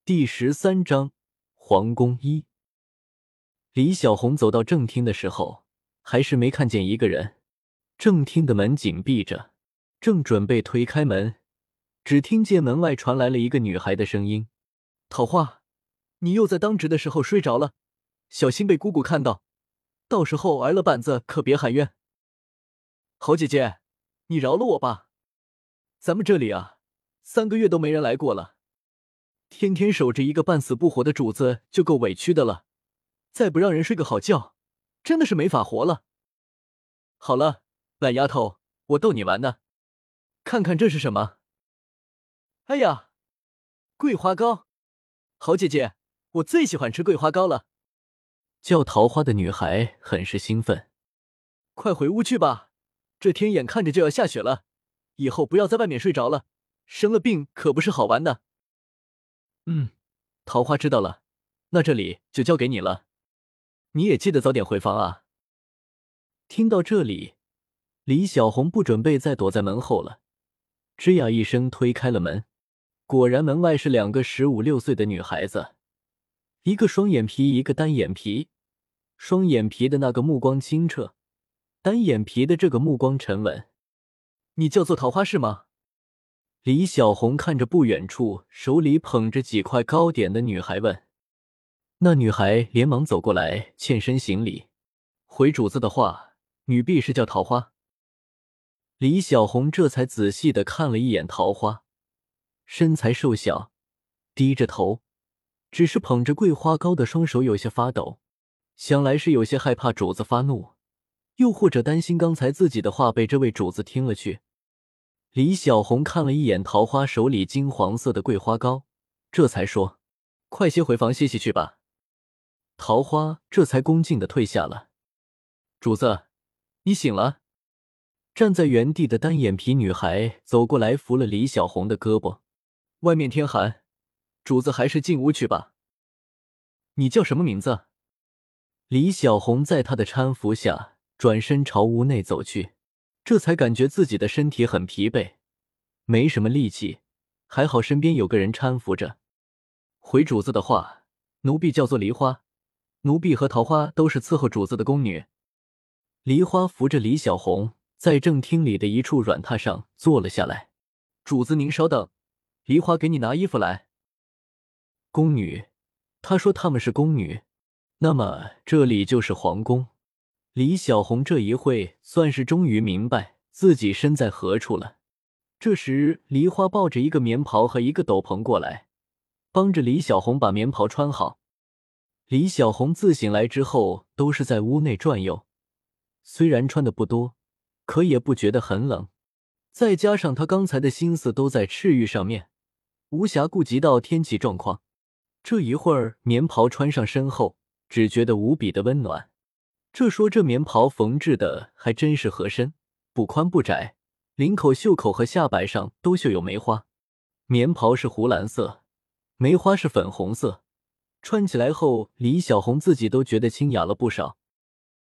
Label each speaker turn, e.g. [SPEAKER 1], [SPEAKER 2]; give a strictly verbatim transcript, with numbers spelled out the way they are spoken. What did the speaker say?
[SPEAKER 1] 第十三章皇宫一。李小红走到正厅的时候，还是没看见一个人。正厅的门紧闭着，正准备推开门，只听见门外传来了一个女孩的声音：“桃花，你又在当值的时候睡着了，小心被姑姑看到，到时候挨了板子可别喊冤。”“好姐姐，你饶了我吧，咱们这里啊，三个月都没人来过了。天天守着一个半死不活的主子就够委屈的了，再不让人睡个好觉，真的是没法活了。”“好了，懒丫头，我逗你玩呢。看看这是什么？”“哎呀，桂花糕！好姐姐，我最喜欢吃桂花糕了。”叫桃花的女孩很是兴奋。“快回屋去吧，这天眼看着就要下雪了，以后不要在外面睡着了，生了病可不是好玩的。”“嗯，桃花知道了，那这里就交给你了，你也记得早点回房啊。”听到这里，李小红不准备再躲在门后了，吱呀一声推开了门。果然门外是两个十五六岁的女孩子，一个双眼皮，一个单眼皮。双眼皮的那个目光清澈，单眼皮的这个目光沉稳。“你叫做桃花是吗？”李小红看着不远处手里捧着几块糕点的女孩问。那女孩连忙走过来欠身行礼：“回主子的话，女婢是叫桃花。”李小红这才仔细地看了一眼桃花，身材瘦小，低着头，只是捧着桂花糕的双手有些发抖，想来是有些害怕主子发怒，又或者担心刚才自己的话被这位主子听了去。李小红看了一眼桃花手里金黄色的桂花糕，这才说：“快些回房歇息去吧。”桃花这才恭敬地退下了。“主子，你醒了。”站在原地的单眼皮女孩走过来扶了李小红的胳膊：“外面天寒，主子还是进屋去吧。”“你叫什么名字？”李小红在她的搀扶下转身朝屋内走去，这才感觉自己的身体很疲惫，没什么力气，还好身边有个人搀扶着。“回主子的话，奴婢叫做梨花，奴婢和桃花都是伺候主子的宫女。”梨花扶着李小红在正厅里的一处软榻上坐了下来。“主子您稍等，梨花给你拿衣服来。”宫女，她说她们是宫女，那么这里就是皇宫。李小红这一会算是终于明白自己身在何处了。这时梨花抱着一个棉袍和一个斗篷过来，帮着李小红把棉袍穿好。李小红自醒来之后都是在屋内转悠，虽然穿的不多，可也不觉得很冷。再加上她刚才的心思都在赤玉上面，无暇顾及到天气状况。这一会儿棉袍穿上身后，只觉得无比的温暖。这说这棉袍缝制的还真是合身，不宽不窄，领口、袖口和下摆上都绣有梅花。棉袍是湖蓝色，梅花是粉红色，穿起来后李小红自己都觉得清雅了不少。